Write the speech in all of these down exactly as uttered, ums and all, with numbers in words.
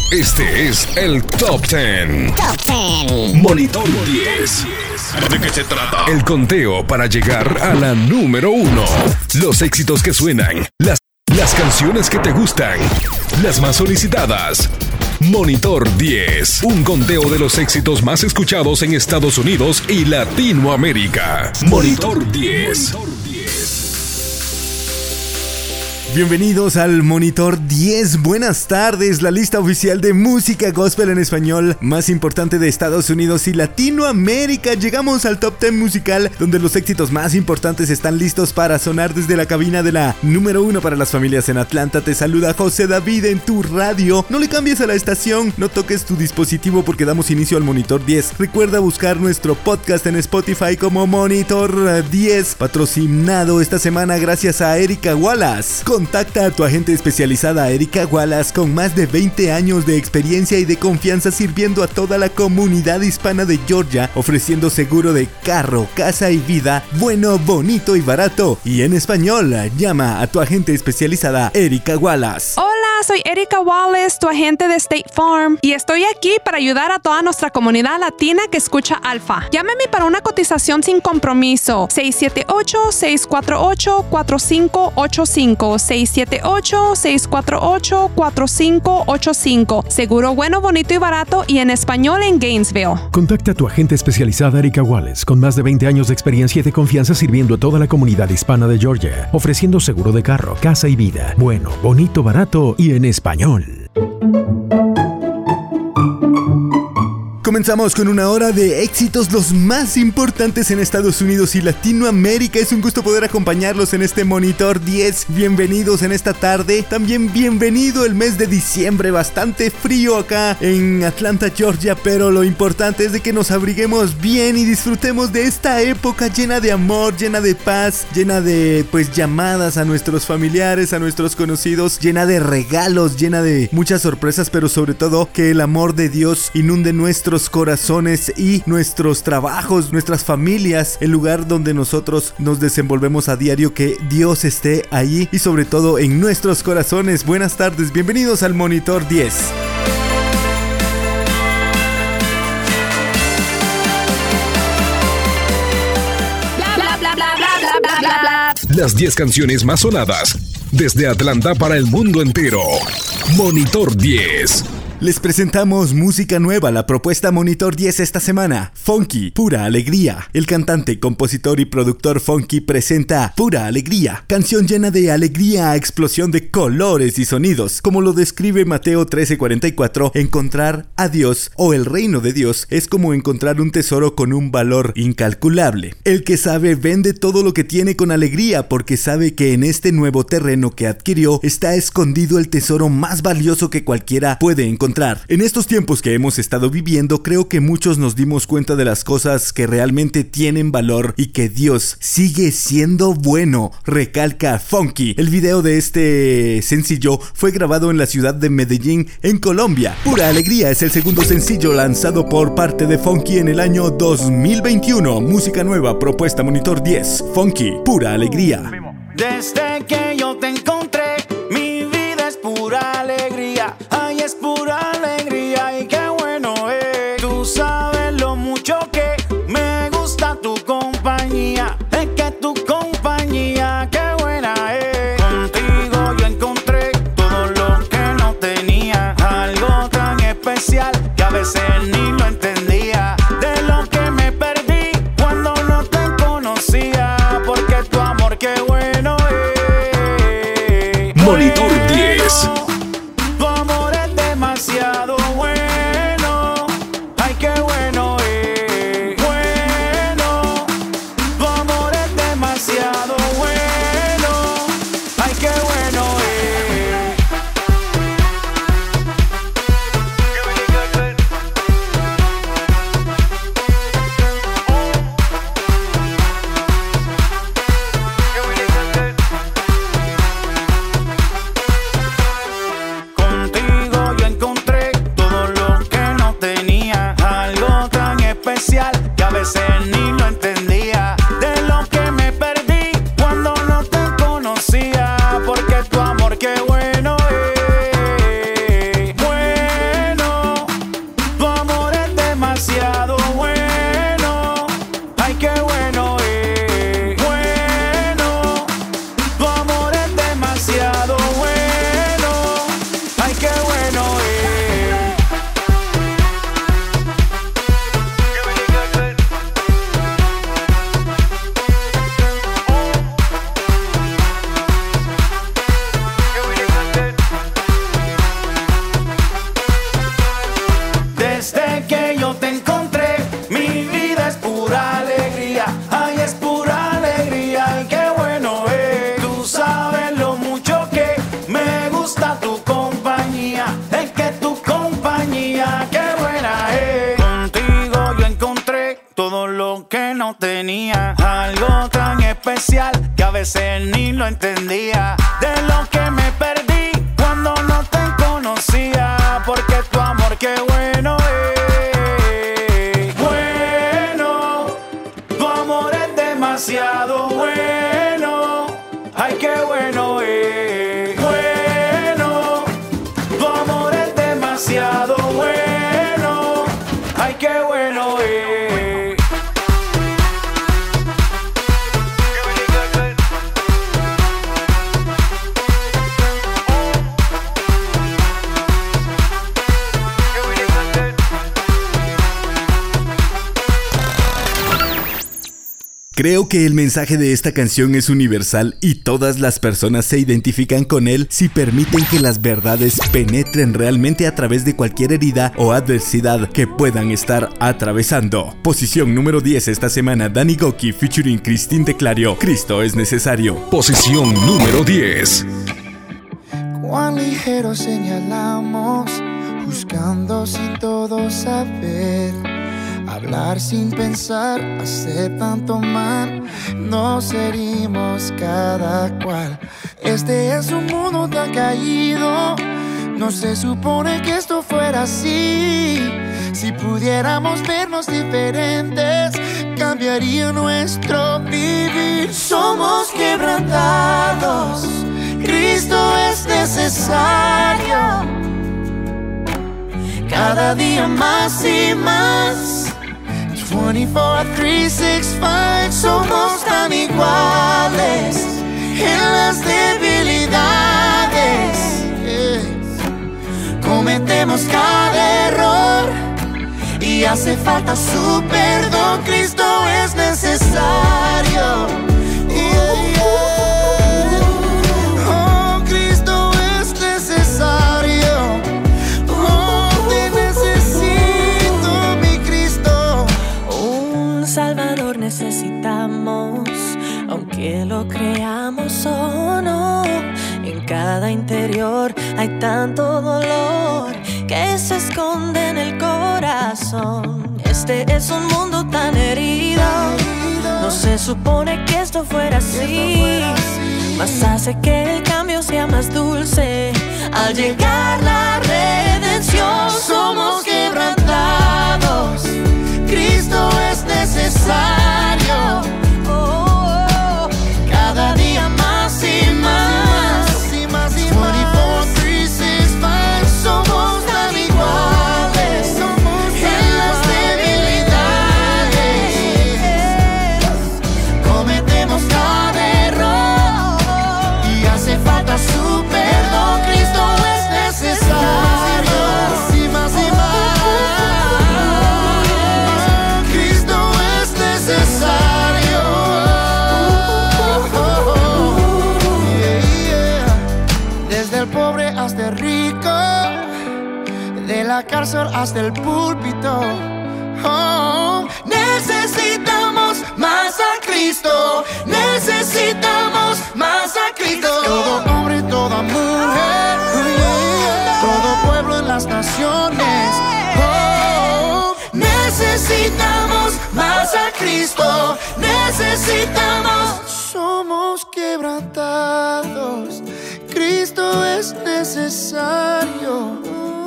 Este es el Top diez. Top diez. Monitor diez. ¿De qué se trata? El conteo para llegar a la número uno. Los éxitos que suenan, las, las canciones que te gustan, las más solicitadas. Monitor diez, un conteo de los éxitos más escuchados en Estados Unidos y Latinoamérica. Monitor diez. Bienvenidos al Monitor diez. Buenas tardes, la lista oficial de música gospel en español más importante de Estados Unidos y Latinoamérica. Llegamos al Top diez musical, donde los éxitos más importantes están listos para sonar desde la cabina de la número uno para las familias en Atlanta. Te saluda José David en tu radio. No le cambies a la estación, no toques tu dispositivo porque damos inicio al Monitor diez. Recuerda buscar nuestro podcast en Spotify como Monitor diez, patrocinado esta semana gracias a Erika Wallace. Contacta a tu agente especializada Erika Wallace, con más de veinte años de experiencia y de confianza sirviendo a toda la comunidad hispana de Georgia, ofreciendo seguro de carro, casa y vida, bueno, bonito y barato. Y en español, llama a tu agente especializada Erika Wallace. Hola, soy Erika Wallace, tu agente de State Farm, y estoy aquí para ayudar a toda nuestra comunidad latina que escucha Alfa. Llámeme para una cotización sin compromiso. seis siete ocho, seis cuatro ocho, cuatro cinco ocho cinco. seis siete ocho, seis cuatro ocho, cuatro cinco ocho cinco. Seguro bueno, bonito y barato, y en español en Gainesville. Contacta a tu agente especializada Erika Wallace, con más de veinte años de experiencia y de confianza sirviendo a toda la comunidad hispana de Georgia, ofreciendo seguro de carro, casa y vida, bueno, bonito, barato y en español. Comenzamos con una hora de éxitos, los más importantes en Estados Unidos y Latinoamérica. Es un gusto poder acompañarlos en este Monitor diez. Bienvenidos en esta tarde. También bienvenido el mes de diciembre, bastante frío acá en Atlanta, Georgia, pero lo importante es de que nos abriguemos bien y disfrutemos de esta época llena de amor, llena de paz, llena de pues llamadas a nuestros familiares, a nuestros conocidos, llena de regalos, llena de muchas sorpresas, pero sobre todo que el amor de Dios inunde nuestros corazones y nuestros trabajos, nuestras familias, el lugar donde nosotros nos desenvolvemos a diario. Que Dios esté ahí y sobre todo en nuestros corazones. Buenas tardes, bienvenidos al Monitor diez. Las diez canciones más sonadas desde Atlanta para el mundo entero. Monitor diez. Les presentamos música nueva, la propuesta Monitor diez esta semana. Funky, Pura Alegría. El cantante, compositor y productor Funky presenta Pura Alegría, canción llena de alegría a explosión de colores y sonidos. Como lo describe Mateo trece cuarenta y cuatro, encontrar a Dios o el reino de Dios es como encontrar un tesoro con un valor incalculable. El que sabe vende todo lo que tiene con alegría porque sabe que en este nuevo terreno que adquirió está escondido el tesoro más valioso que cualquiera puede encontrar. En estos tiempos que hemos estado viviendo, creo que muchos nos dimos cuenta de las cosas que realmente tienen valor y que Dios sigue siendo bueno, recalca Funky. El video de este sencillo fue grabado en la ciudad de Medellín, en Colombia. Pura Alegría es el segundo sencillo lanzado por parte de Funky en el año dos mil veintiuno. Música nueva, propuesta Monitor diez. Funky, Pura Alegría. Desde que yo te encontré, mi vida es pura alegría. Ay, es pura alegría y qué bueno es. Tú sabes lo mucho que me gusta tu compañía. Es que tu compañía, qué buena es. Contigo yo encontré todo lo que no tenía. Algo tan especial que a veces ni lo entendía. De lo que me perdí cuando no te conocía. Porque tu amor, qué bueno es. tenía algo tan especial que a veces ni lo entendía. De lo que me perdí cuando no te conocía, porque tu amor qué bueno es. Bueno, tu amor es demasiado bueno. Ay, qué bueno es. Bueno, tu amor es demasiado bueno. Ay, qué bueno es. Creo que el mensaje de esta canción es universal y todas las personas se identifican con él si permiten que las verdades penetren realmente a través de cualquier herida o adversidad que puedan estar atravesando. Posición número diez esta semana, Danny Gokey featuring Christine Declario, Cristo es necesario. Posición número diez. Cuán ligero señalamos, buscando sin todo saber. Hablar sin pensar, hacer tanto mal, nos herimos cada cual. Este es un mundo tan caído, no se supone que esto fuera así. Si pudiéramos vernos diferentes, cambiaría nuestro vivir. Somos quebrantados, Cristo es necesario. Cada día más y más. veinticuatro, trescientos sesenta y cinco, somos tan iguales en las debilidades. Yeah. Cometemos cada error y hace falta su perdón. Cristo es necesario. Yeah, yeah. Oh, Cristo es necesario. Oh, te necesito, mi Cristo. Un Salvador necesitamos, aunque lo creamos o no. En cada interior hay tanto dolor que se esconde en el corazón. Este es un mundo tan herido, no se supone que esto fuera así. Mas hace que el cambio sea más dulce al llegar la redención. Somos quebrantados, Cristo es necesario. Oh, oh, oh. Cada día más y más, y más y más. veinticuatro, trescientos sesenta y cinco, somos tan iguales en las debilidades. Cometemos cada error y hace falta su perdón. Cristo es necesario. Y más y más. Cristo es necesario. Yeah, yeah. Desde el pobre hasta el rico, de la cárcel hasta el púlpito. Oh, necesitamos más a Cristo. Necesitamos más a Cristo. Todo hombre, toda mujer, todo pueblo en las naciones. Oh, necesitamos más a Cristo. Necesitamos. Somos quebrantados. Cristo es necesario.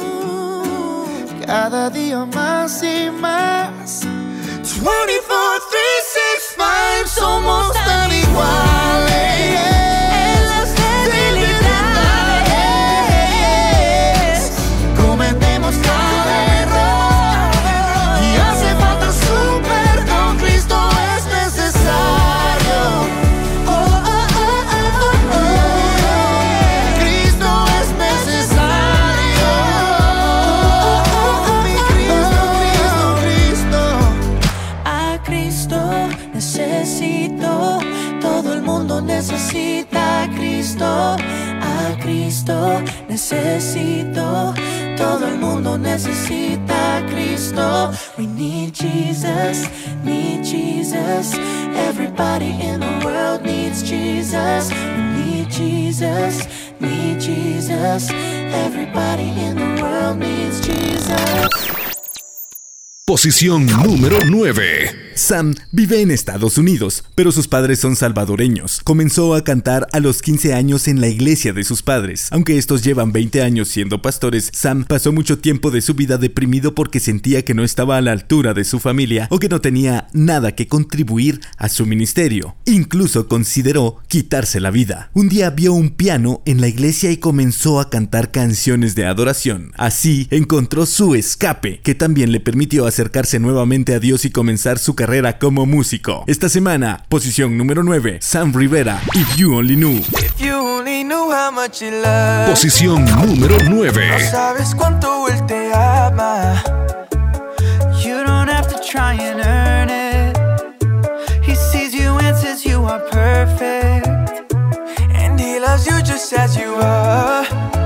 Cada día más y más. veinticuatro, trescientos sesenta y cinco, somos tan iguales en las debilidades. Cometemos cada error y hace falta su perdón. Cristo es necesario. Oh, oh, oh, oh, oh. Cristo es necesario. Mi Cristo, Cristo, Cristo. A Cristo necesito, todo el mundo necesita a Cristo. A Cristo necesito, todo el mundo necesita a Cristo. We need Jesus, need Jesus. Everybody in the world needs Jesus. We need Jesus, need Jesus. Everybody in the world needs Jesus. Posición número nueve. Sam vive en Estados Unidos, pero sus padres son salvadoreños. Comenzó a cantar a los quince años en la iglesia de sus padres. Aunque estos llevan veinte años siendo pastores, Sam pasó mucho tiempo de su vida deprimido porque sentía que no estaba a la altura de su familia o que no tenía nada que contribuir a su ministerio. Incluso consideró quitarse la vida. Un día vio un piano en la iglesia y comenzó a cantar canciones de adoración. Así encontró su escape, que también le permitió acercarse nuevamente a Dios y comenzar su carrera como músico. Esta semana, posición número nueve, Sam Rivera, If You Only Knew. If you only knew how much you love. Posición número nueve. No sabes cuánto él te ama. You don't have to try and earn it. He sees you and says you are perfect. And he loves you just as you are.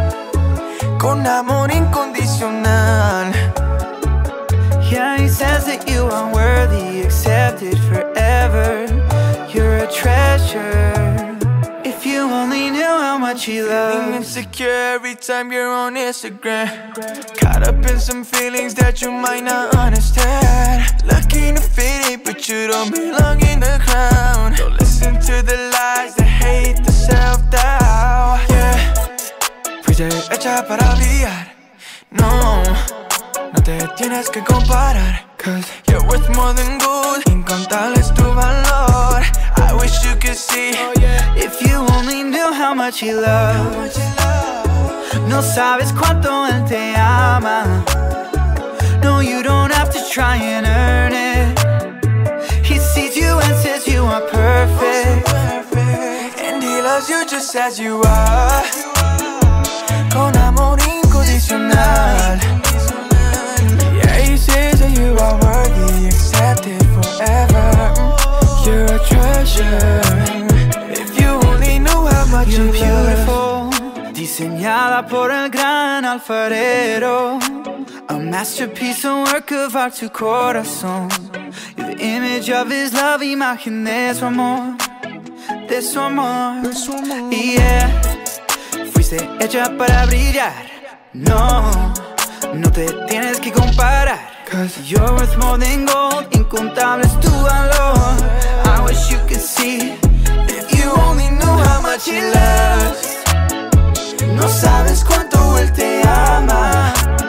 Con amor incondicional. Yeah, he says that you are worthy, accepted forever. You're a treasure. If you only knew how much he loves. Feeling insecure every time you're on Instagram. Caught up in some feelings that you might not understand. Looking to fit it, but you don't belong in the crowd. Don't listen to the lies, the hate, the self-doubt. Yeah, fuiste hecha para olvidar. No, no te tienes que comparar. Cause you're worth more than gold. Incontable es tu valor. I wish you could see. If you only knew how much he loves. No sabes cuánto él te ama. No, you don't have to try and earn it. He sees you and says you are perfect. And he loves you just as you are. Con amor incondicional. Yeah, he says that you are worthy, accepted forever. You're a treasure. If you only knew how much you're beautiful, diseñada por el gran alfarero. A masterpiece, a work of art, tu corazón. You're the image of his love, imagen de su amor, de su amor. Yeah, fuiste hecha para brillar. No, no te tienes que comparar. Cause you're worth more than gold. Incontable es tu valor. I wish you could see. If you only knew how much he loves. No sabes cuánto él te ama.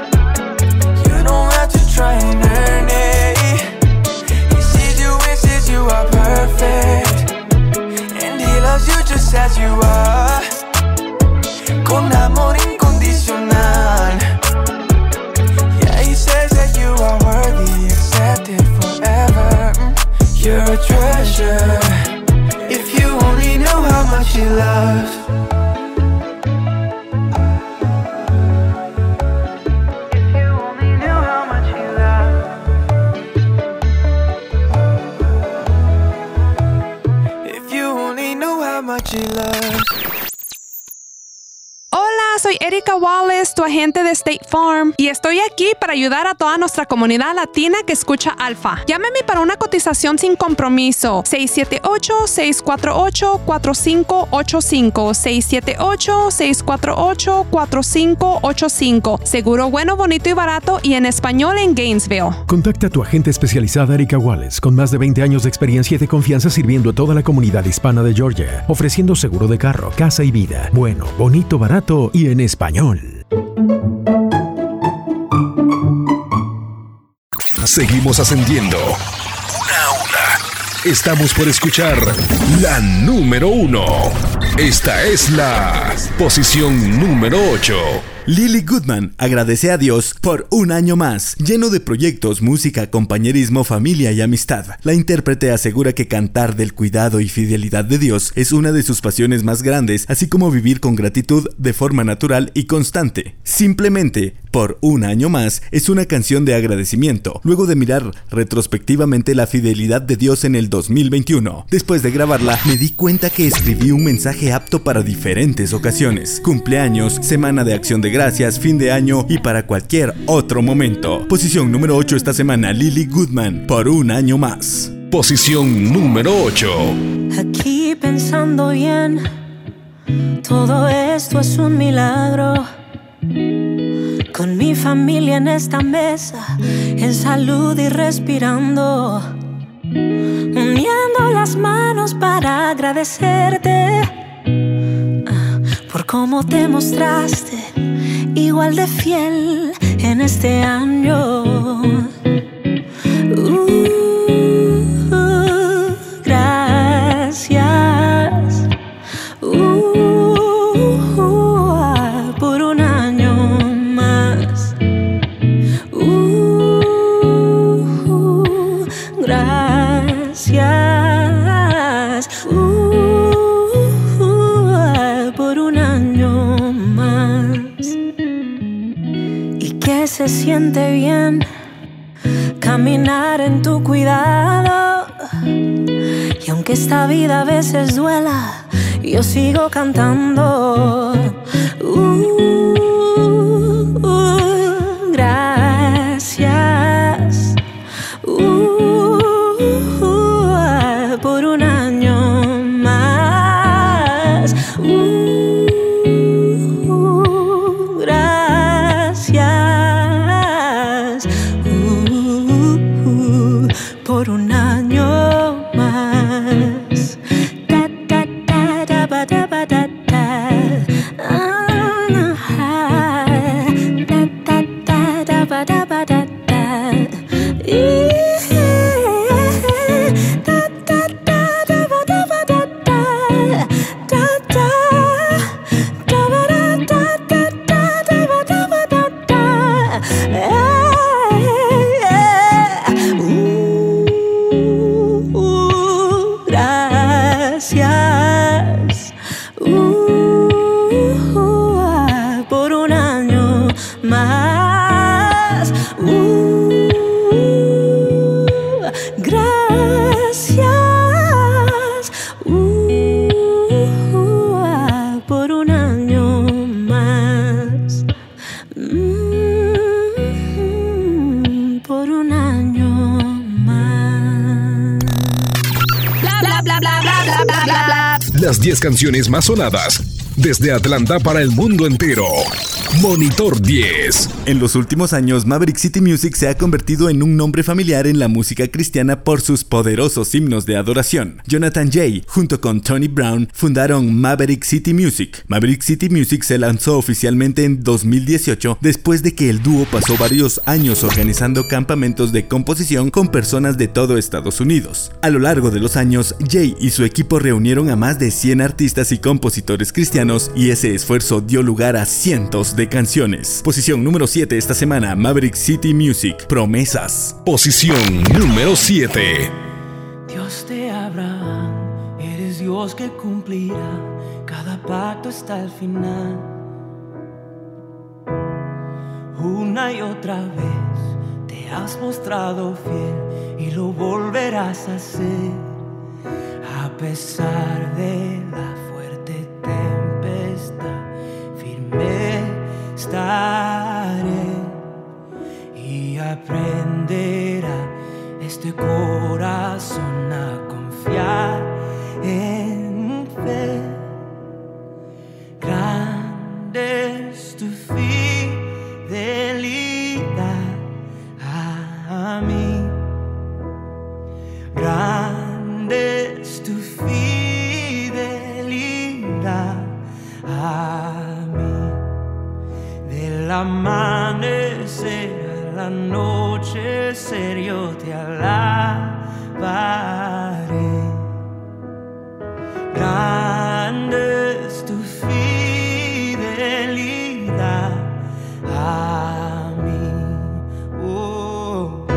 You don't have to try and earn it. He sees you and says you are perfect. And he loves you just as you are. Con amor incondicional. Yeah, he says that you are worthy, accepted forever. You're a treasure. If you only knew how much he loves. If you only knew how much he loves. If you only knew how much he loves. Soy Erika Wallace, tu agente de State Farm, y estoy aquí para ayudar a toda nuestra comunidad latina que escucha Alfa. Llámame para una cotización sin compromiso. seis siete ocho, seis cuatro ocho, cuatro cinco ocho cinco. seis siete ocho, seis cuatro ocho, cuatro cinco ocho cinco. Seguro bueno, bonito y barato, y en español en Gainesville. Contacta a tu agente especializada Erika Wallace, con más de veinte años de experiencia y de confianza sirviendo a toda la comunidad hispana de Georgia, ofreciendo seguro de carro, casa y vida. Bueno, bonito, barato y en español. Seguimos ascendiendo. Una a una. Estamos por escuchar la número uno. Esta es la posición número ocho. Lily Goodman agradece a Dios por un año más, lleno de proyectos, música, compañerismo, familia y amistad. La intérprete asegura que cantar del cuidado y fidelidad de Dios es una de sus pasiones más grandes, así como vivir con gratitud de forma natural y constante. Simplemente, por un año más, es una canción de agradecimiento, luego de mirar retrospectivamente la fidelidad de Dios en el dos mil veintiuno. Después de grabarla, me di cuenta que escribí un mensaje apto para diferentes ocasiones: cumpleaños, semana de acción de gracias, fin de año y para cualquier otro momento. Posición número ocho esta semana, Lily Goodman, por un año más. Posición número ocho. Aquí pensando bien, todo esto es un milagro. Con mi familia en esta mesa, en salud y respirando. uniendo las manos para agradecerte ah, por cómo te mostraste igual de fiel en este año. Uh, gracias uh, por un año más. Uh, gracias uh, por un año más. Y que se siente bien caminar en tu cuidado. Y aunque esta vida a veces duela, yo sigo cantando. Uh, uh, gracias uh, uh, por un año más. Uh, uh, gracias uh, uh, por un año más. Da, da, da, da, ba, da, ba, da, da. Ah, da, da, da, da, ba, da, ba, da, da. Yeah. Da, da, da, da, ba, da, ba, da, da. Da, da. Da, ba, da, da, da, da, da, ba, da, ba, da, da. Yeah. Uh, uh, gracias uh, uh, por un año más. Uh, gracias uh, uh, por un año más. Mm, por un año más. Bla, bla, bla, bla, bla, bla, bla, bla, bla. Las diez canciones más sonadas desde Atlanta para el mundo entero. Monitor diez. En los últimos años, Maverick City Music se ha convertido en un nombre familiar en la música cristiana por sus poderosos himnos de adoración. Jonathan Jay, junto con Tony Brown, fundaron Maverick City Music. Maverick City Music se lanzó oficialmente en dos mil dieciocho después de que el dúo pasó varios años organizando campamentos de composición con personas de todo Estados Unidos. A lo largo de los años, Jay y su equipo reunieron a más de cien artistas y compositores cristianos, y ese esfuerzo dio lugar a cientos de canciones. Posición número siete esta semana, Maverick City Music, Promesas. Posición número siete. Dios de Abraham, eres Dios que cumplirá cada pacto hasta el final. Una y otra vez te has mostrado fiel y lo volverás a hacer. A pesar de la fuerte tempestad, firme estaré y aprenderá este corazón a confiar en fe. Grande es tu fidelidad a mí. Grande es tu fidelidad a mí. Del amanecer al anochecer yo te alabaré. Grande es tu fidelidad a mí. Oh.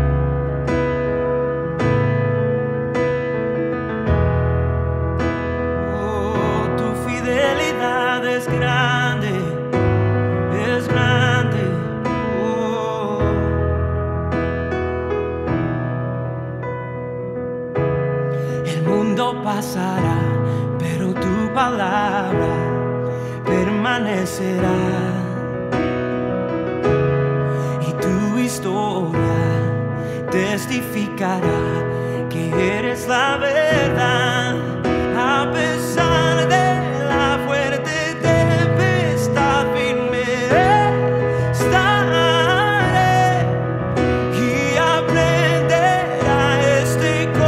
Oh, tu fidelidad es grande. Es grande, oh. El mundo pasará, pero tu palabra permanecerá. Y tu historia testificará que eres la verdad. A pesar de la fuerte tempestad, firme estaré y aprenderá este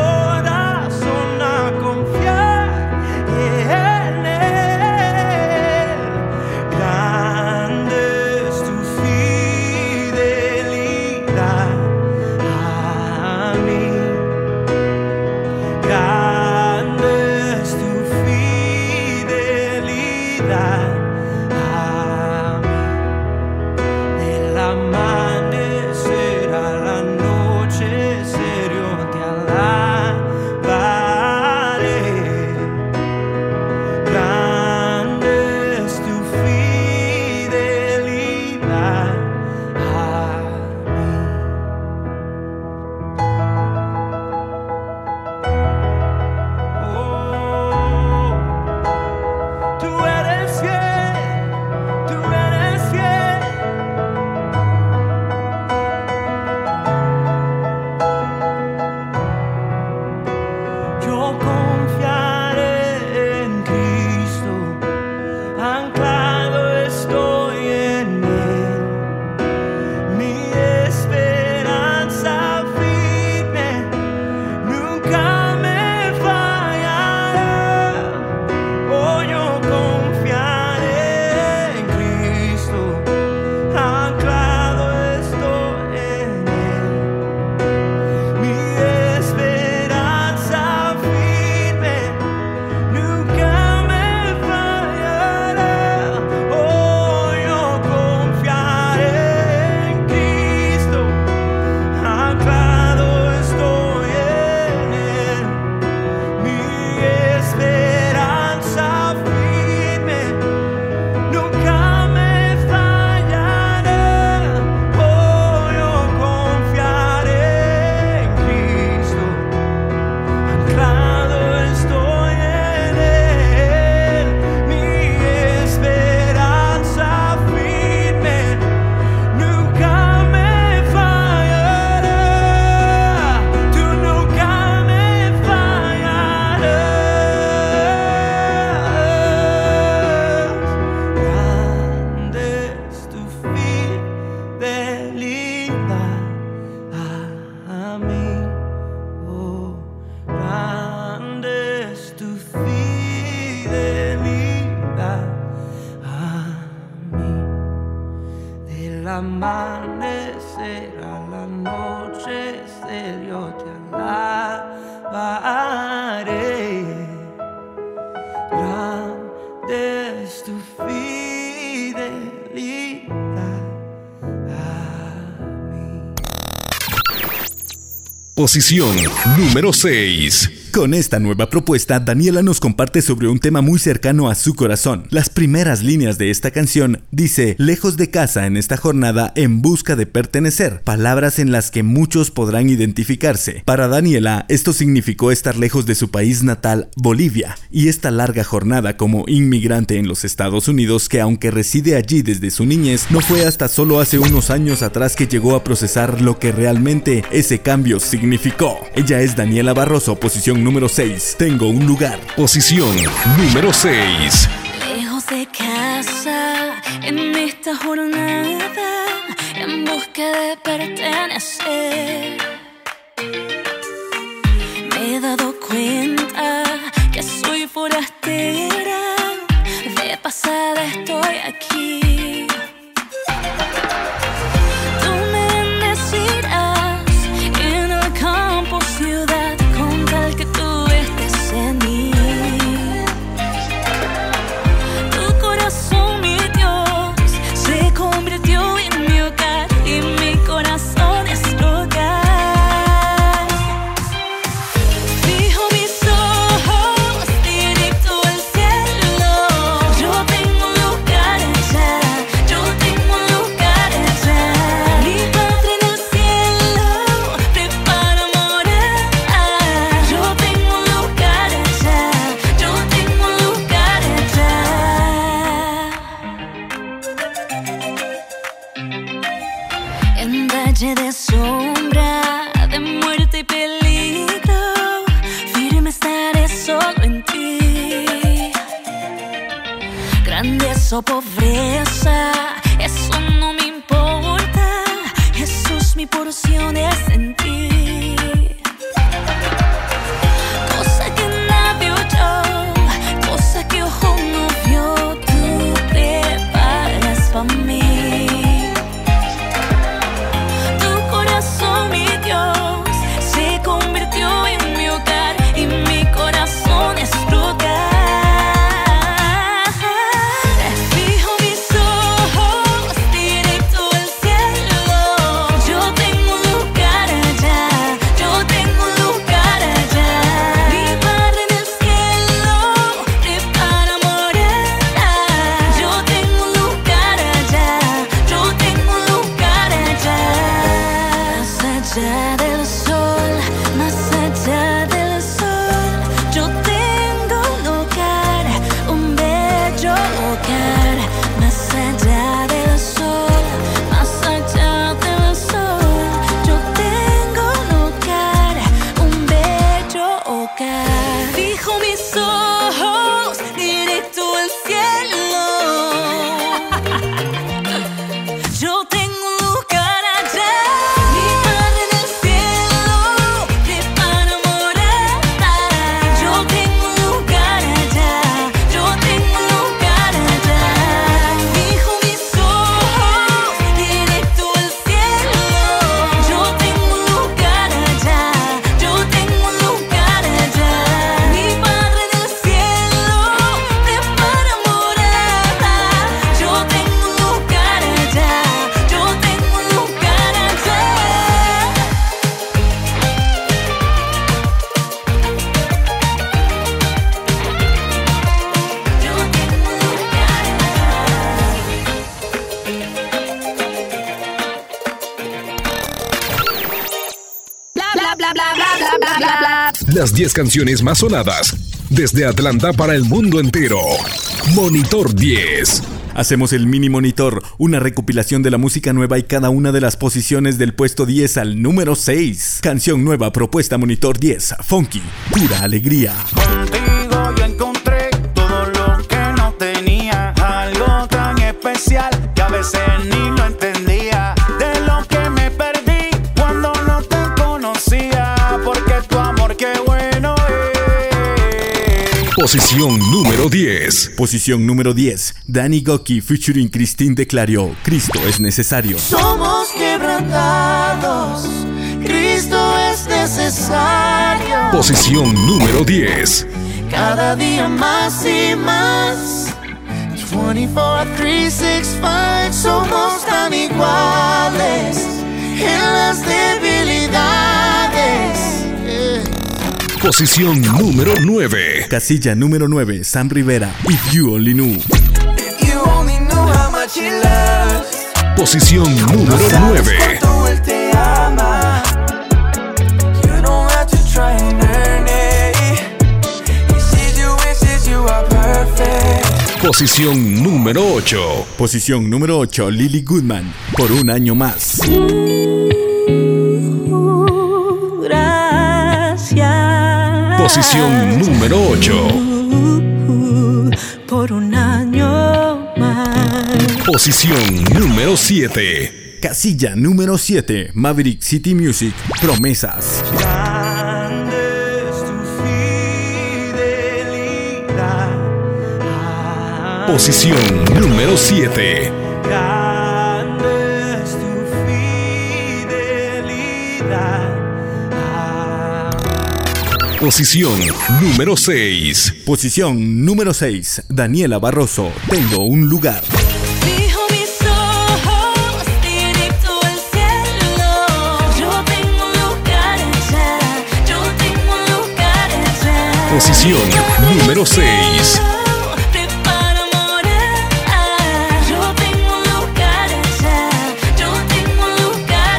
amanecerá la noche, yo te alabaré. Grande es tu fidelidad a mí. Posición número seis. Con esta nueva propuesta, Daniela nos comparte sobre un tema muy cercano a su corazón. Las primeras líneas de esta canción dice: lejos de casa en esta jornada en busca de pertenecer, palabras en las que muchos podrán identificarse. Para Daniela, esto significó estar lejos de su país natal, Bolivia, y esta larga jornada como inmigrante en los Estados Unidos, que aunque reside allí desde su niñez, no fue hasta solo hace unos años atrás que llegó a procesar lo que realmente ese cambio significó. Ella es Daniela Barroso, posición número seis. Tengo un lugar. Posición número seis. Lejos de casa, en esta jornada, en busca de pertenecer. Me he dado cuenta que soy forastera, de pasada estoy aquí. Tú me bendecirás en el campo, ciudad, con tal que tú estés en mí. Tu corazón, mi Dios, se convirtió en mi hogar y mi corazón es tu hogar. Fijo mis ojos directo al cielo. Yo tengo un lugar allá, yo tengo un lugar allá. Mi Padre en el cielo prepara morada. Yo tengo un lugar allá, yo tengo un lugar allá. En valle de sombra, de muerte y peligro, firme estaré solo en ti. Grandeza o pobreza, eso no me importa. Jesús, mi porción es en ti. Cosa que nadie oyó, cosa que ojo no vio, tú preparas para mí. Tu corazón, mi Dios, se convirtió en mi hogar y mi corazón es tu hogar. Fijo mis ojos directo al cielo. Yo tengo un lugar allá, yo tengo un lugar allá. Mi Padre en el cielo prepara morada. Yo tengo un lugar allá, yo tengo un lugar allá. Más allá del sol, más allá del sol, yo tengo un lugar, un bello hogar. Más allá del sol, más allá del sol, yo tengo un lugar, un bello hogar. Fijo mis ojos directo al cielo. Yo tengo un lugar allá. Mi Padre en el cielo prepara morada. Yo tengo un lugar allá, yo tengo un lugar allá. Fijo mis ojos directo al cielo. Yo tengo un lugar allá, yo tengo un lugar allá. Mi Padre en el cielo prepara morada. Yo tengo un lugar allá, yo tengo un lugar allá. Yo tengo un lugar Bla, bla, bla, bla, bla, bla, bla, bla, bla. Las diez canciones más sonadas desde Atlanta para el mundo entero. Monitor diez. Hacemos el mini monitor, una recopilación de la música nueva y cada una de las posiciones del puesto diez al número seis. Canción nueva propuesta Monitor diez, Funky, pura alegría. Contigo yo encontré todo lo que no tenía, algo tan especial que a veces ni lo entendía, de lo que me perdí cuando no te conocía, porque tu amor qué bueno es. Posición número diez. Posición número diez, Danny Gokey featuring Christine declaró: Cristo es necesario. Somos aniversario. Posición número diez. Cada día más y más. veinticuatro, trescientos sesenta y cinco somos tan iguales en las debilidades. Yeah. Posición número nueve. Casilla número nueve, Sam Rivera, If You Only Knew. If you only knew how much he loves. Posición número nueve. Cuánto él te ama. You don't have to try and earn it. He sees you and says you are perfect. Posición número ocho. Posición número ocho, Lily Goodman, Por un año más. Gracias. Posición número ocho. Por un año más. Posición número siete. Casilla número siete, Maverick City Music, Promesas. Grande es tu fidelidad. Posición número siete. Grande es tu fidelidad. Posición número seis. Posición número seis, Daniela Barroso, Tengo un lugar. Fijo mis ojos directo al cielo. Yo tengo un lugar allá. Yo tengo un lugar allá. Posición número seis. Prepara morar. Yo tengo un lugar allá. Yo tengo un lugar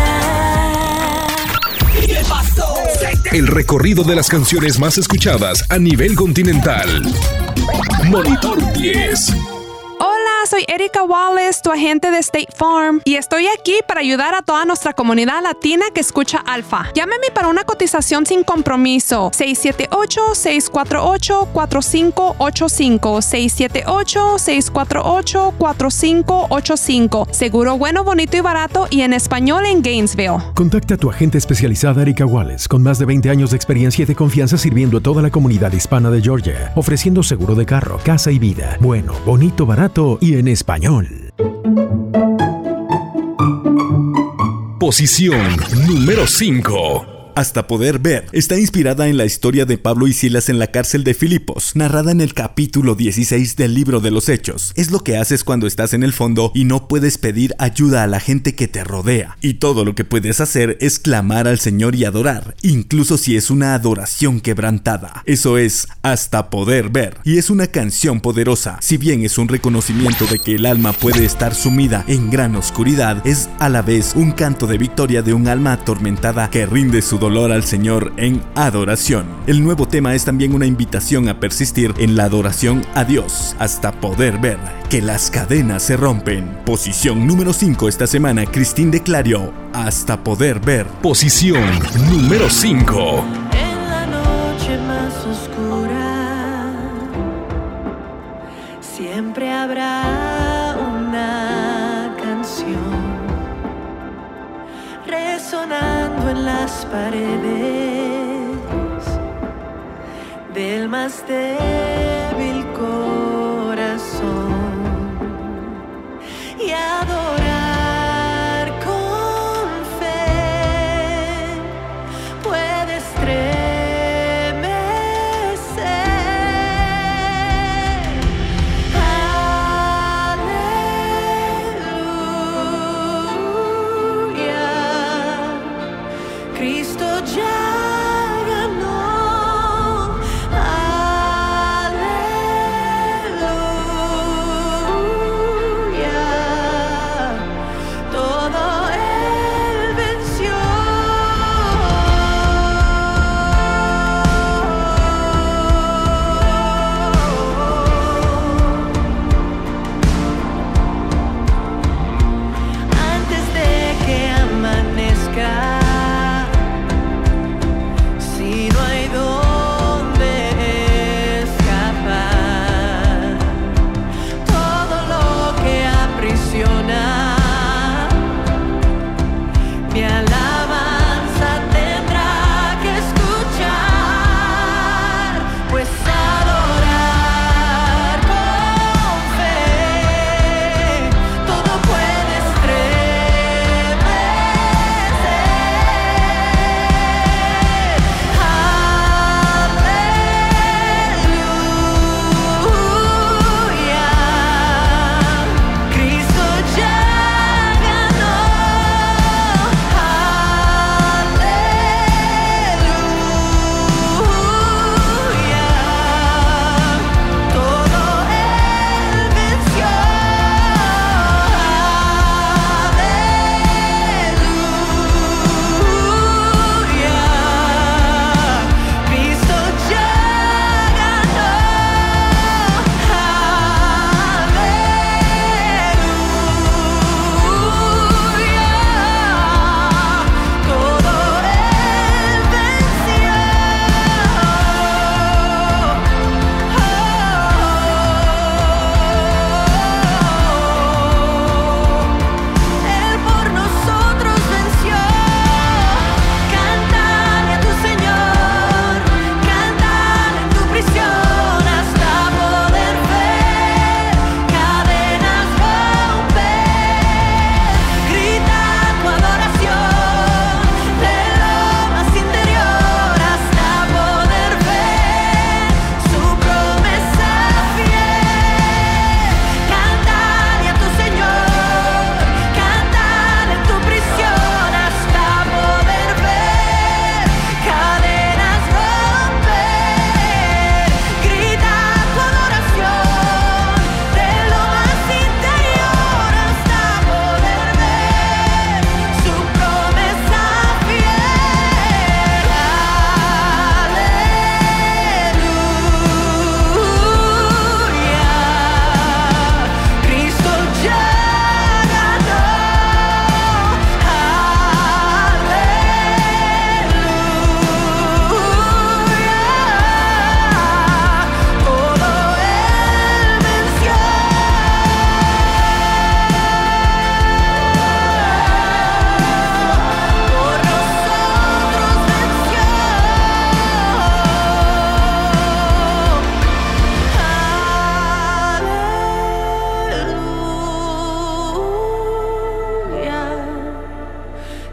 allá. El recorrido de las canciones más escuchadas a nivel continental. Monitor diez. Hola, soy Erika Wallace, tu agente de State Farm, y estoy aquí para ayudar a toda nuestra comunidad latina que escucha Alfa. Llámeme para una cotización sin compromiso. seis siete ocho, seis cuatro ocho, cuatro cinco ocho cinco. seis siete ocho, seis cuatro ocho, cuatro cinco ocho cinco. Seguro bueno, bonito y barato, y en español en Gainesville. Contacta a tu agente especializada Erika Wallace, con más de veinte años de experiencia y de confianza sirviendo a toda la comunidad hispana de Georgia, ofreciendo seguro de carro, casa y vida. Bueno, bonito, barato y en español. Posición número cinco. Hasta poder ver está inspirada en la historia de Pablo y Silas en la cárcel de Filipos, narrada en el capítulo dieciséis del libro de los Hechos. Es lo que haces cuando estás en el fondo y no puedes pedir ayuda a la gente que te rodea. Y todo lo que puedes hacer es clamar al Señor y adorar, incluso si es una adoración quebrantada. Eso es Hasta poder ver. Y es una canción poderosa. Si bien es un reconocimiento de que el alma puede estar sumida en gran oscuridad, es a la vez un canto de victoria de un alma atormentada que rinde su dolor al Señor en adoración. El nuevo tema es también una invitación a persistir en la adoración a Dios hasta poder ver que las cadenas se rompen. Posición número cinco esta semana, Cristín de Clario, Hasta poder ver. Posición número cinco. En la noche más oscura siempre habrá una canción resonando en las paredes del más débil corazón, y adorar con fe puede estremecer. Aleluya, Cristo ya ganó. Aleluya.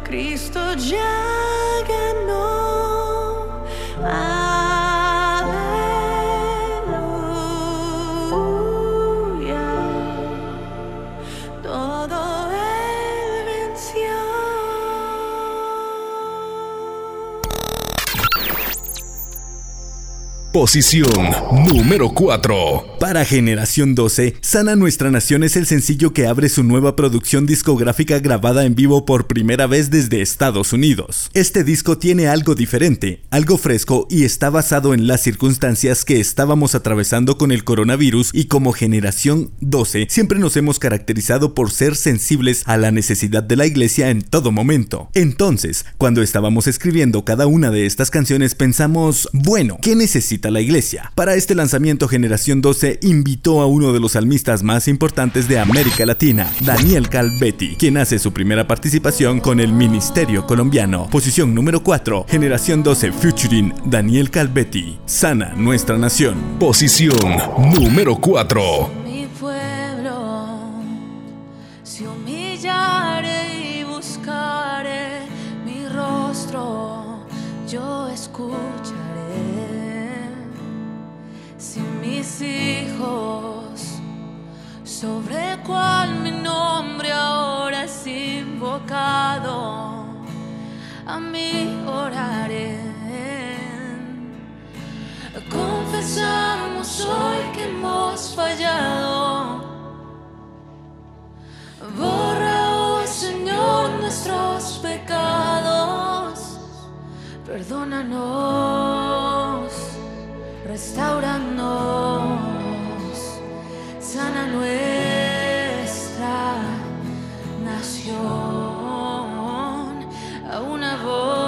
Cristo ya ganó. Aleluya. Todo Él venció. Posición número cuatro. Para Generación doce, Sana Nuestra Nación es el sencillo que abre su nueva producción discográfica grabada en vivo por primera vez desde Estados Unidos. Este disco tiene algo diferente, algo fresco y está basado en las circunstancias que estábamos atravesando con el coronavirus, y como Generación doce siempre nos hemos caracterizado por ser sensibles a la necesidad de la iglesia en todo momento. Entonces, cuando estábamos escribiendo cada una de estas canciones pensamos, bueno, ¿qué necesita la iglesia? Para este lanzamiento, Generación doce invitó a uno de los salmistas más importantes de América Latina, Daniel Calvetti, quien hace su primera participación con el Ministerio Colombiano. Posición número cuatro, Generación doce featuring Daniel Calvetti, Sana Nuestra Nación. Posición número cuatro. Mi pueblo se humillare y buscare mi rostro, yo escucharé. Si mis hijos, sobre cual mi nombre ahora es invocado, a mí oraré. Confesamos hoy que hemos fallado. Borra, oh Señor, nuestros pecados. Perdónanos, restauranos, sana nuestra nación. A una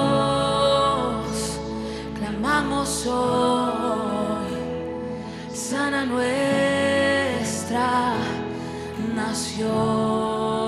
voz clamamos hoy, sana nuestra nación.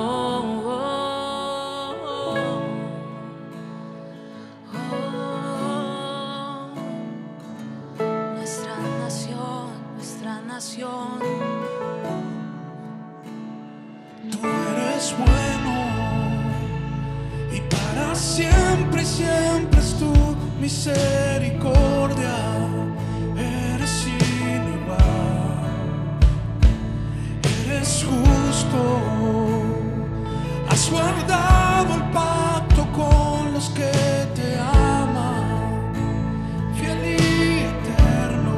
Tú eres bueno y para siempre, siempre es tu misericordia. Eres sin igual, eres justo. Has guardado el pacto con los que te aman, fiel y eterno.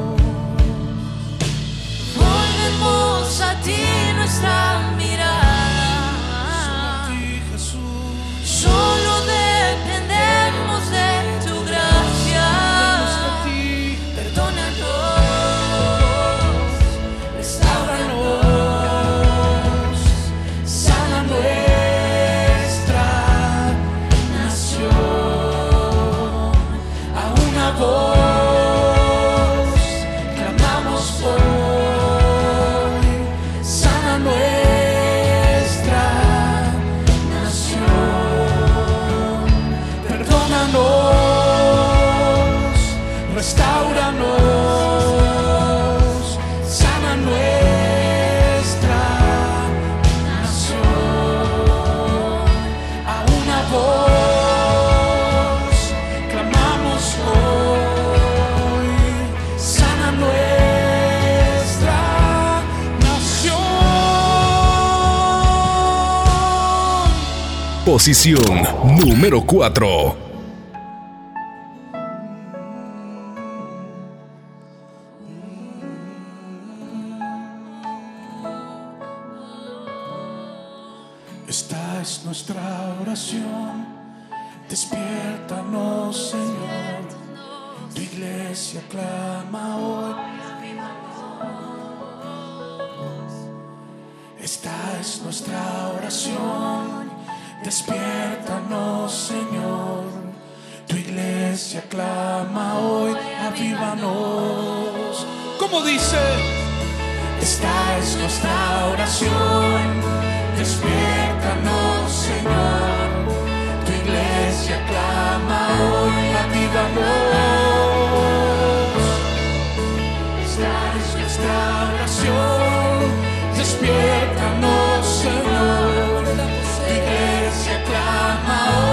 Volvemos a ti nuestra mirada, solo a ti, Jesús. solo dependemos de tu gracia. Perdónanos, restauranos, sana nuestra nación. A una voz clamamos hoy, sana nuestra nación. Perdónanos, restauranos, sana nuestra nación. A una voz clamamos hoy, sana nuestra nación. Posición número cuatro. Esta es nuestra oración, despiértanos, Señor. Tu iglesia clama hoy. Esta es nuestra oración, despiértanos, Señor. Tu iglesia clama hoy, avívanos. ¿Cómo dice? Esta es nuestra oración, despiértanos, Señor. Tu iglesia clama hoy, avívanos. Esta es nuestra oración, despiértanos, Señor. Tu iglesia clama hoy.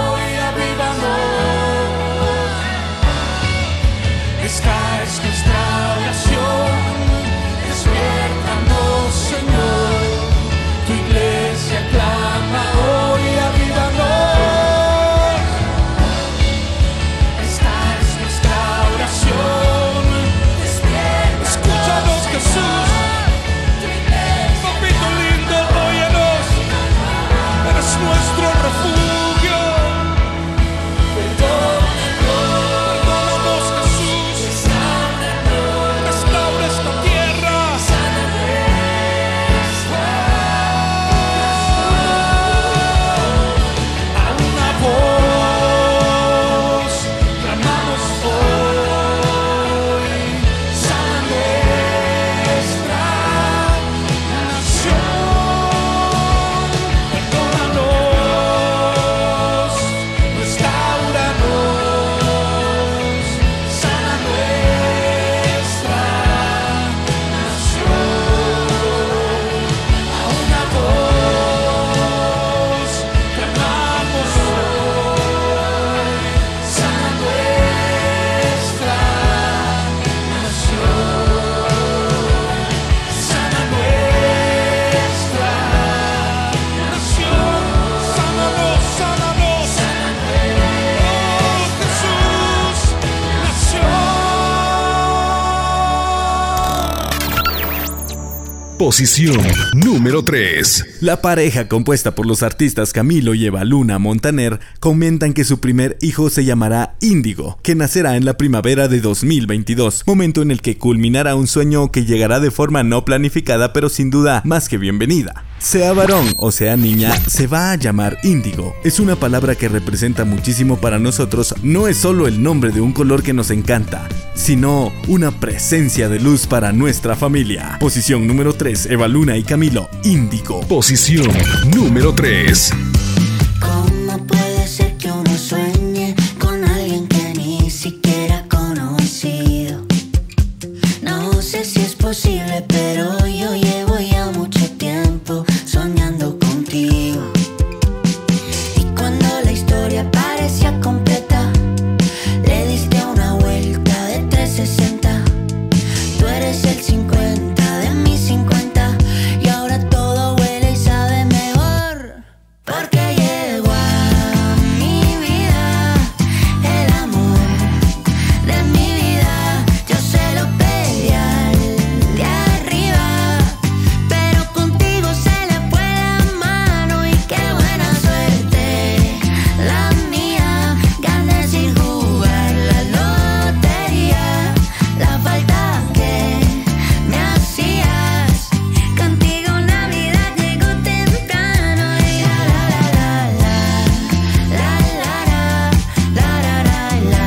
Posición número tres. La pareja compuesta por los artistas Camilo y Eva Luna Montaner comentan que su primer hijo se llamará Índigo, que nacerá en la primavera de dos mil veintidós, momento en el que culminará un sueño que llegará de forma no planificada, pero sin duda más que bienvenida. Sea varón o sea niña, se va a llamar Índigo. Es una palabra que representa muchísimo para nosotros. No es solo el nombre de un color que nos encanta, sino una presencia de luz para nuestra familia. Posición número tres, Eva Luna y Camilo, Índigo. Posición número tres. ¿Cómo puede ser que uno sueñe con alguien que ni siquiera ha conocido? No sé si es posible, pero yo llevo ya mucho tiempo soñando contigo. Y cuando la historia parecía completa, le diste una vuelta de trescientos sesenta. Tú eres el cincuenta de mis cincuenta, y ahora todo huele y sabe mejor. Porque llegó a mi vida el amor de mi vida. Yo se lo pedí al de arriba, pero contigo se le fue la mano. Y qué buena suerte la mía, gané sin jugar la lotería. La falta que me hacías, contigo Navidad llegó temprano. Y la la la la la la la la la la la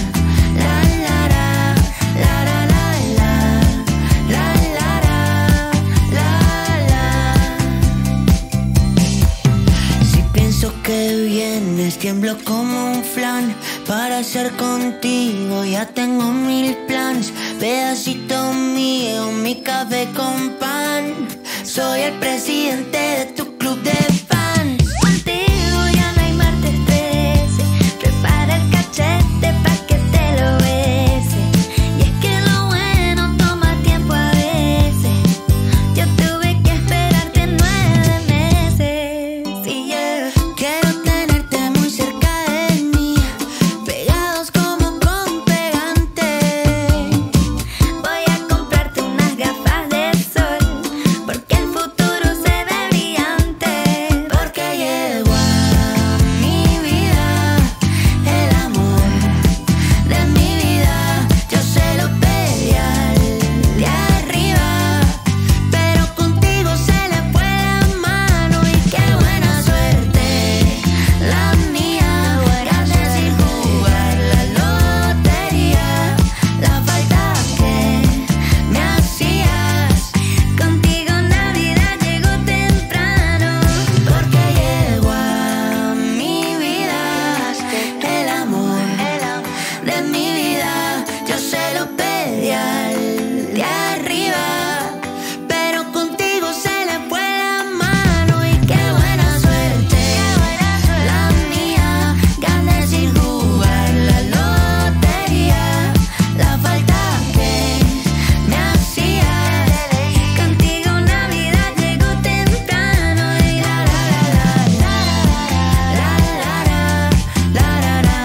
la. Si pienso que vienes, tiemblo como un flan. Para ser contigo ya tengo mil planes. Pedacito mío, mi café con pan. Soy el presidente de tu club de fans. Contigo ya no hay martes trece. Prepara el cachete pa' que te lo bese. Y es que lo bueno toma tiempo a veces. Yo tuve que esperarte nueve meses. Y yeah, quiero tenerte muy cerca de mí, pegados como con pegante. Voy a comprarte unas gafas de sol, porque el futuro se ve brillante. Porque llegó a mi vida el amor de mi vida. Yo se lo pedí al de arriba, pero contigo se le fue la mano. Y qué buena suerte la mía, gané sin jugar la lotería. La falta que me hacías, contigo Navidad llegó temprano. Porque llegó a mi vida el amor de mi vida. Yo se lo pedí al de arriba, pero contigo se le fue la mano. Y qué buena suerte la mía, gané sin jugar la lotería. La falta que me hacías, contigo Navidad llegó temprano. Y la la la la la la la la la la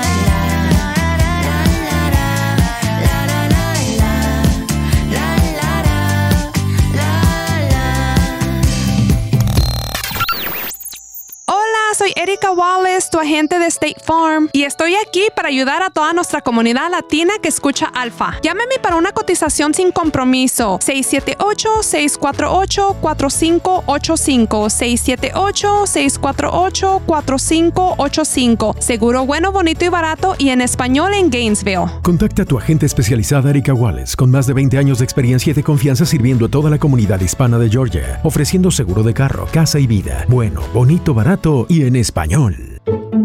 Hola, soy Erika Wallace, tu agente de State Farm, y estoy aquí para ayudar a toda nuestra comunidad latina que escucha Alfa. Llámeme para una cotización sin compromiso. seis siete ocho, seis cuatro ocho, cuatro cinco ocho cinco. seis siete ocho, seis cuatro ocho, cuatro cinco ocho cinco. Seguro bueno, bonito y barato, y en español en Gainesville. Contacta a tu agente especializada Erika Wallace, con más de veinte años de experiencia y de confianza sirviendo a toda la comunidad hispana de Georgia, ofreciendo seguro de carro, casa y vida. Bueno, bonito, barato y en español.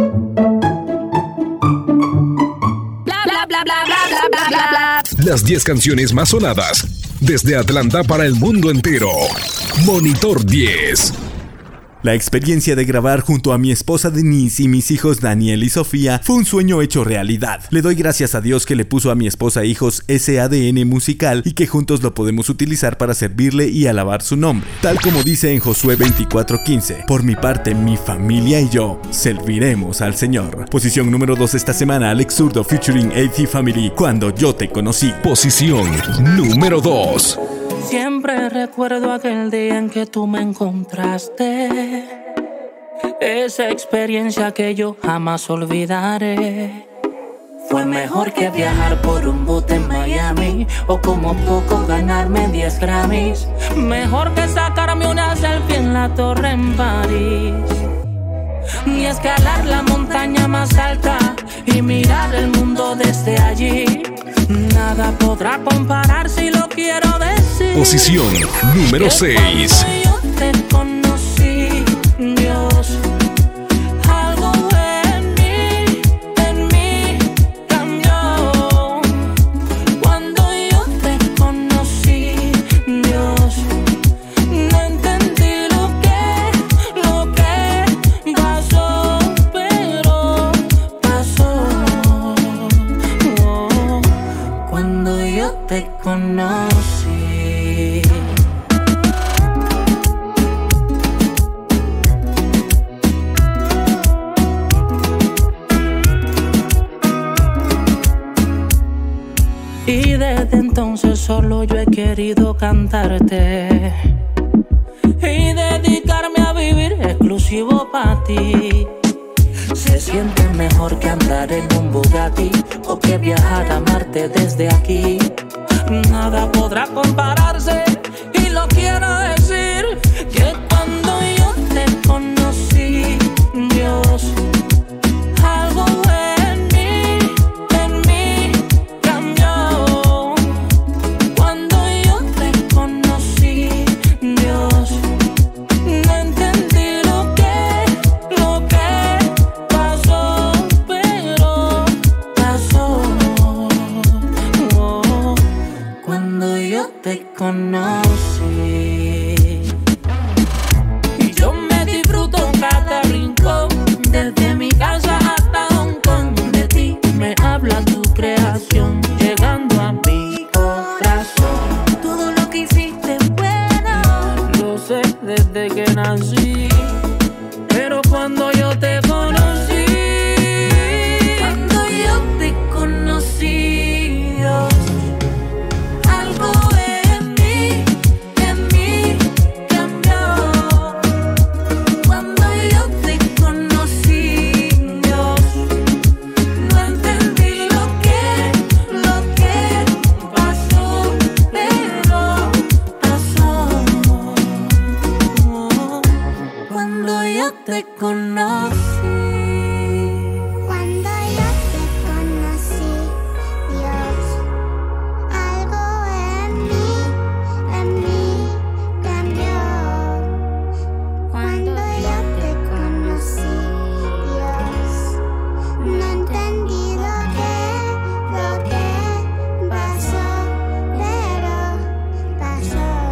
Bla, bla, bla, bla, bla, bla, bla, bla. Las diez canciones más sonadas desde Atlanta para el mundo entero. Monitor diez. La experiencia de grabar junto a mi esposa Denise y mis hijos Daniel y Sofía fue un sueño hecho realidad. Le doy gracias a Dios que le puso a mi esposa e hijos ese A D N musical y que juntos lo podemos utilizar para servirle y alabar su nombre. Tal como dice en Josué veinticuatro quince, por mi parte, mi familia y yo serviremos al Señor. Posición número dos esta semana, Alex Zurdo featuring A T Family, Cuando yo te conocí. Posición número dos. Siempre recuerdo aquel día en que tú me encontraste. Esa experiencia que yo jamás olvidaré. Fue mejor que viajar por un bote en Miami, o como poco ganarme diez Grammys. Mejor que sacarme una selfie en la torre en París, y escalar la montaña más alta y mirar el mundo desde allí. Nada podrá comparar si lo quiero decir. Posición número seis. Yo te conocí, Dios. Algo en mí, en mí cambió. Cuando yo te conocí, Dios, no entendí lo que, lo que pasó, pero pasó. Oh, cuando yo te conocí. Y desde entonces solo yo he querido cantarte y dedicarme a vivir exclusivo para ti. Se siente mejor que andar en un Bugatti o que viajar a Marte desde aquí. Nada podrá compararse y lo quiero decir, que cuando yo te conocí, Dios, algo en mí, en mí cambió. Cuando yo te conocí, Dios, no entendí lo que, lo que pasó, pero pasó. Oh, cuando yo te conocí, y yo me disfruto cada rincón, desde mi casa hasta Hong Kong. De ti me habla tu creación, llegando a mi corazón. Todo lo que hiciste es bueno. Lo sé desde que nací, pero cuando yo te conocí, Cuando yo te conocí, Dios, algo en mí, en mí cambió. Cuando yo te conocí, Dios, no entendí lo que, lo que pasó, pero pasó. Cuando yo te conocí. Cuando yo te conocí, Dios, algo en mí, en mí cambió. Cuando yo te conocí, Dios, no entendí lo que, lo que pasó, pero pasó.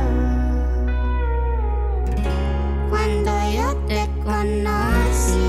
Cuando yo te conocí.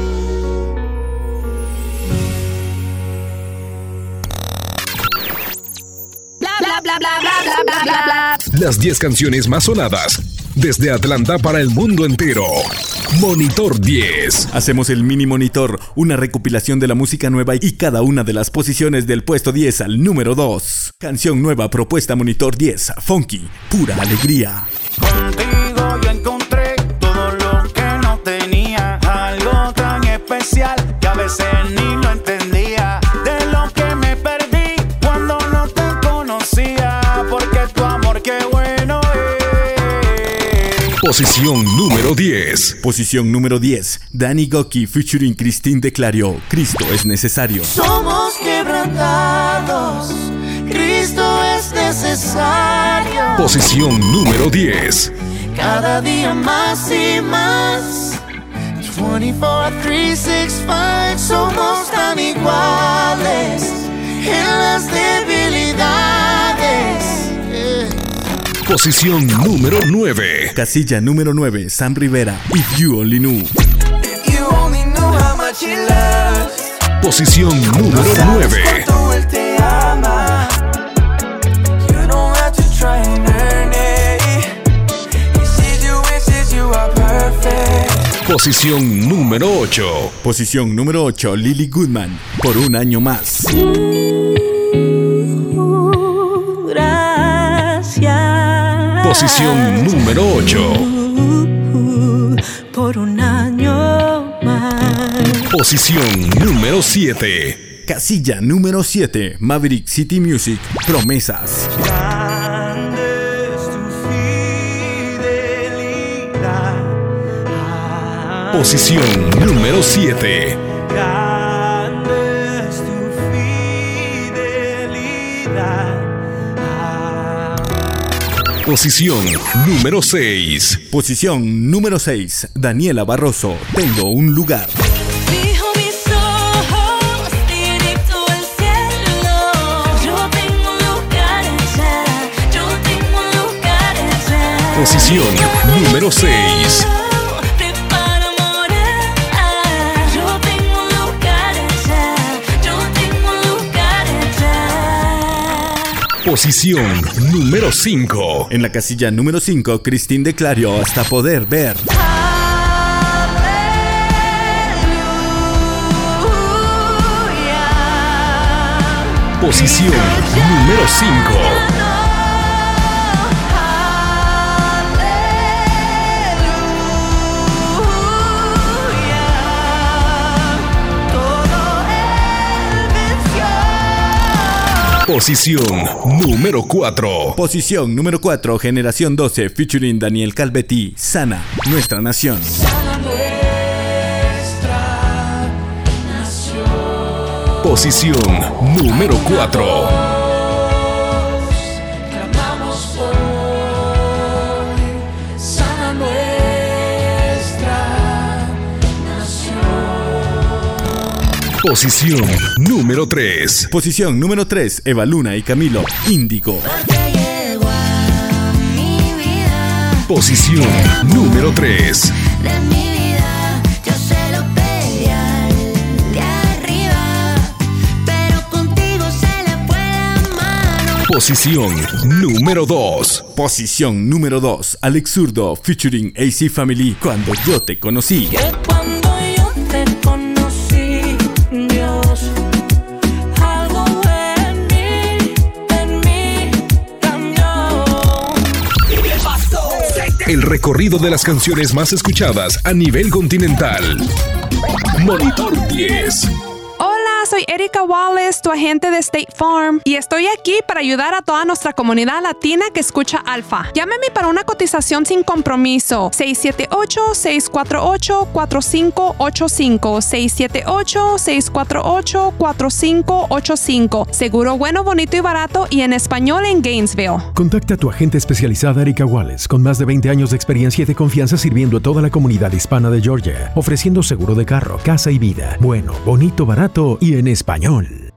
Bla bla bla bla bla bla bla bla bla. Las diez canciones más sonadas desde Atlanta para el mundo entero. Monitor diez. Hacemos el mini monitor, una recopilación de la música nueva y cada una de las posiciones del puesto diez al número dos. Canción nueva propuesta Monitor diez, Funky, Pura Alegría. Contigo yo encontré todo lo que no tenía, algo tan especial que a veces ni lo entendía, de lo que me perdí cuando no te conocía, porque tu amor qué bueno es. Posición número diez. Posición número diez, Danny Gokey featuring Christine declaró, Cristo es necesario. Somos quebrantados, Cristo es necesario. Posición número diez. Cada día más y más. veinticuatro, trescientos sesenta y cinco somos tan iguales en las debilidades. Yeah. Posición número nueve. Casilla número nueve, Sam Rivera, If You Only Knew. If you only knew how much he loves. Posición número nueve. Cuánto él te ama. You don't have to try and earn it. He sees you and says you are perfect. Posición número ocho. Posición número ocho, Lily Goodman, Por un año más. Gracias. Posición número ocho. Por un año más. Posición número siete. Casilla número siete. Maverick City Music. Promesas. Grande es tu fidelidad. Posición número siete. Grande es tu fidelidad. Posición número seis. Posición número seis. Daniela Barroso. Tengo un lugar. Fijo mis ojos directo al cielo. Yo tengo un lugar allá. Yo tengo un lugar allá. Posición número seis. Prepara morar. Yo tengo un lugar allá. Yo tengo un lugar allá. Posición número cinco. En la casilla número cinco, Cristín de Clario. Hasta poder ver. Posición número cinco. Posición número cuatro. Posición número cuatro, Generación doce, featuring Daniel Calvetti. Sana, nuestra nación. Posición número cuatro. Clamamos hoy, sana nuestra nación. Posición número tres. Posición número tres, Eva Luna y Camilo. Índigo. Llegó a mi vida, Posición número tres. de mi vida, yo se lo pedí al de arriba, pero contigo se le fue la mano. Posición número dos. Posición número dos, Alex Zurdo, featuring A C Family. Cuando yo te conocí. Que cuando yo te conocí, Dios, algo en mí, en mí cambió. El recorrido de las canciones más escuchadas a nivel continental. Monitor diez. Hola, soy Erika Wallace, tu agente de State Farm, y estoy aquí para ayudar a toda nuestra comunidad latina que escucha Alfa. Llámeme para una cotización sin compromiso. seis siete ocho, seis cuatro ocho, cuatro cinco ocho cinco. seis siete ocho, seis cuatro ocho, cuatro cinco ocho cinco. Seguro bueno, bonito y barato, y en español en Gainesville. Contacta a tu agente especializada Erika Wallace, con más de veinte años de experiencia y de confianza sirviendo a toda la comunidad hispana de Georgia, ofreciendo seguro de carro, casa y vida. Bueno, bonito, barato y en español.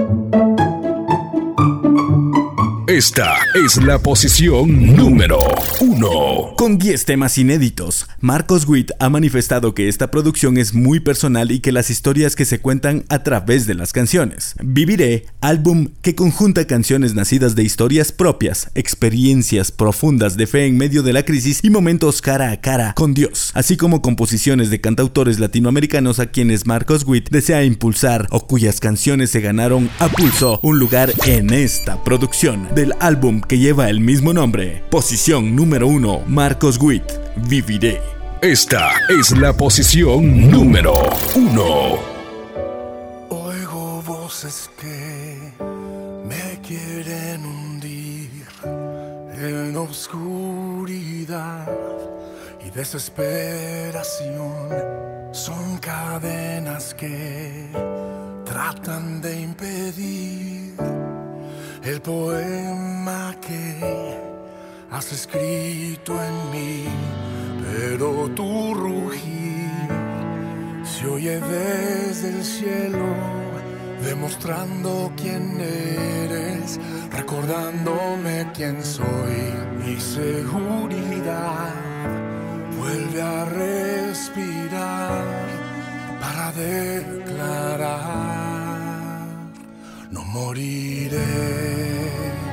Esta es la posición número uno. Con diez temas inéditos, Marcos Witt ha manifestado que esta producción es muy personal y que las historias que se cuentan a través de las canciones. Viviré, álbum que conjunta canciones nacidas de historias propias, experiencias profundas de fe en medio de la crisis y momentos cara a cara con Dios, así como composiciones de cantautores latinoamericanos a quienes Marcos Witt desea impulsar o cuyas canciones se ganaron a pulso un lugar en esta producción del álbum que lleva el mismo nombre. Posición número uno, Marcos Witt, Viviré. Esta es la posición número uno. Oigo voces que me quieren hundir en oscuridad y desesperación. Son cadenas que tratan de impedir el poema que has escrito en mí, pero tu rugir se oye desde el cielo, demostrando quién eres, recordándome quién soy. Mi seguridad vuelve a respirar para declarar: no moriré,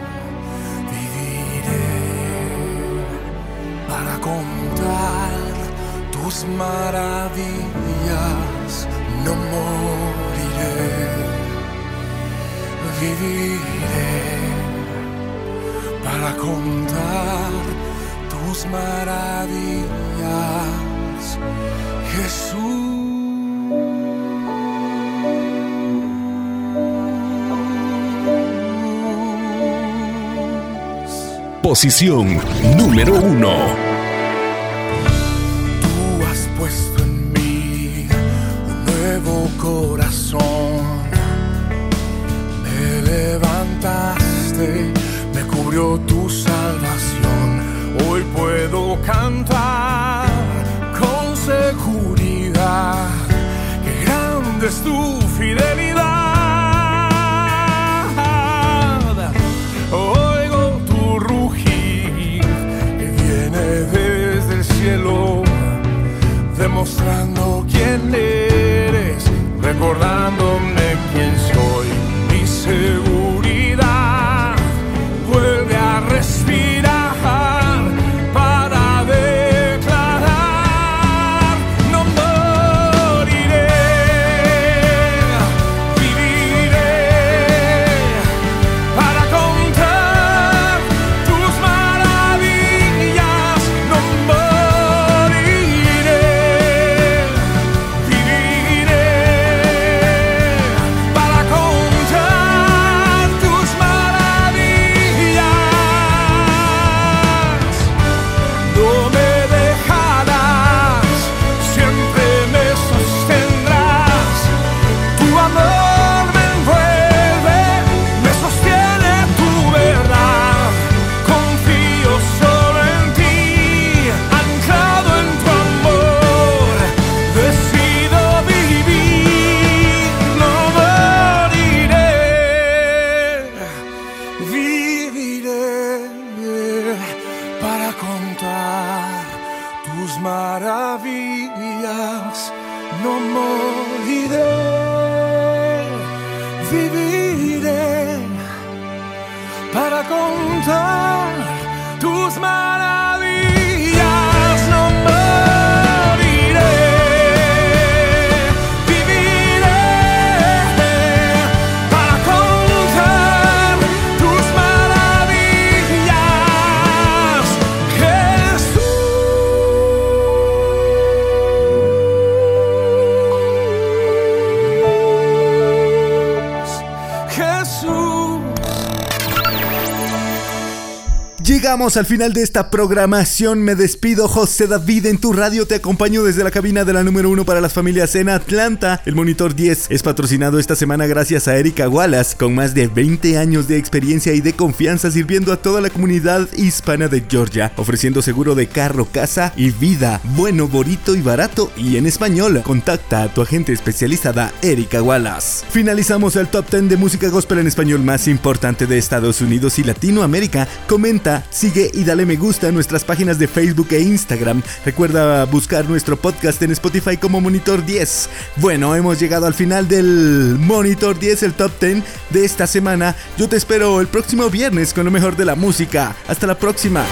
viviré para contar tus maravillas. No moriré, viviré para contar tus maravillas, Jesús. Posición número uno. Tú has puesto en mí un nuevo corazón. Me levantaste, me cubrió tu salvación. Hoy puedo cantar con seguridad que grande es tu fidelidad. Oigo tu rugir que viene desde el cielo, demostrando quién eres, recordándome quién soy. Mi seguridad vuelve a respirar para declarar: no moriré, viviré para contar tus maravillas. No moriré, viviré para contar tus maravillas. No me dejarás, siempre me sostendrás. Tu amor me envuelve, me sostiene tu verdad. Confío solo en ti, anclado en tu amor. Decido vivir, no moriré, viviré para contar tus maravillas. No moriré, viviré para contar tus maravillas. No moriré, viviré para contar tus maravillas, Jesús. Jesús. Llegamos al final de esta programación. Me despido, José David. En tu radio te acompaño desde la cabina de la número uno para las familias en Atlanta. El Monitor diez es patrocinado esta semana gracias a Erika Wallace, con más de veinte años de experiencia y de confianza sirviendo a toda la comunidad hispana de Georgia, ofreciendo seguro de carro, casa y vida, bueno, bonito y barato y en español. Contacta a tu agente especializada Erika Wallace. Finalizamos el top diez de música gospel en español más importante de Estados Unidos y Latinoamérica. Comenta, sigue y dale me gusta en nuestras páginas de Facebook e Instagram. Recuerda buscar nuestro podcast en Spotify como Monitor diez. Bueno, hemos llegado al final del Monitor diez, el top diez de esta semana. Yo te espero el próximo viernes con lo mejor de la música. Hasta la próxima.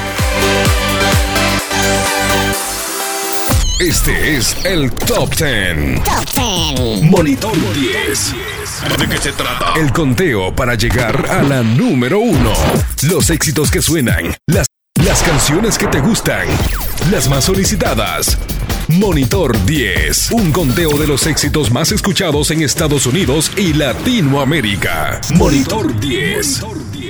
Este es el Top diez. Top diez. Monitor diez. ¿De qué se trata? El conteo para llegar a la número uno. Los éxitos que suenan, las, las canciones que te gustan, las más solicitadas. Monitor diez, un conteo de los éxitos más escuchados en Estados Unidos y Latinoamérica. Monitor diez.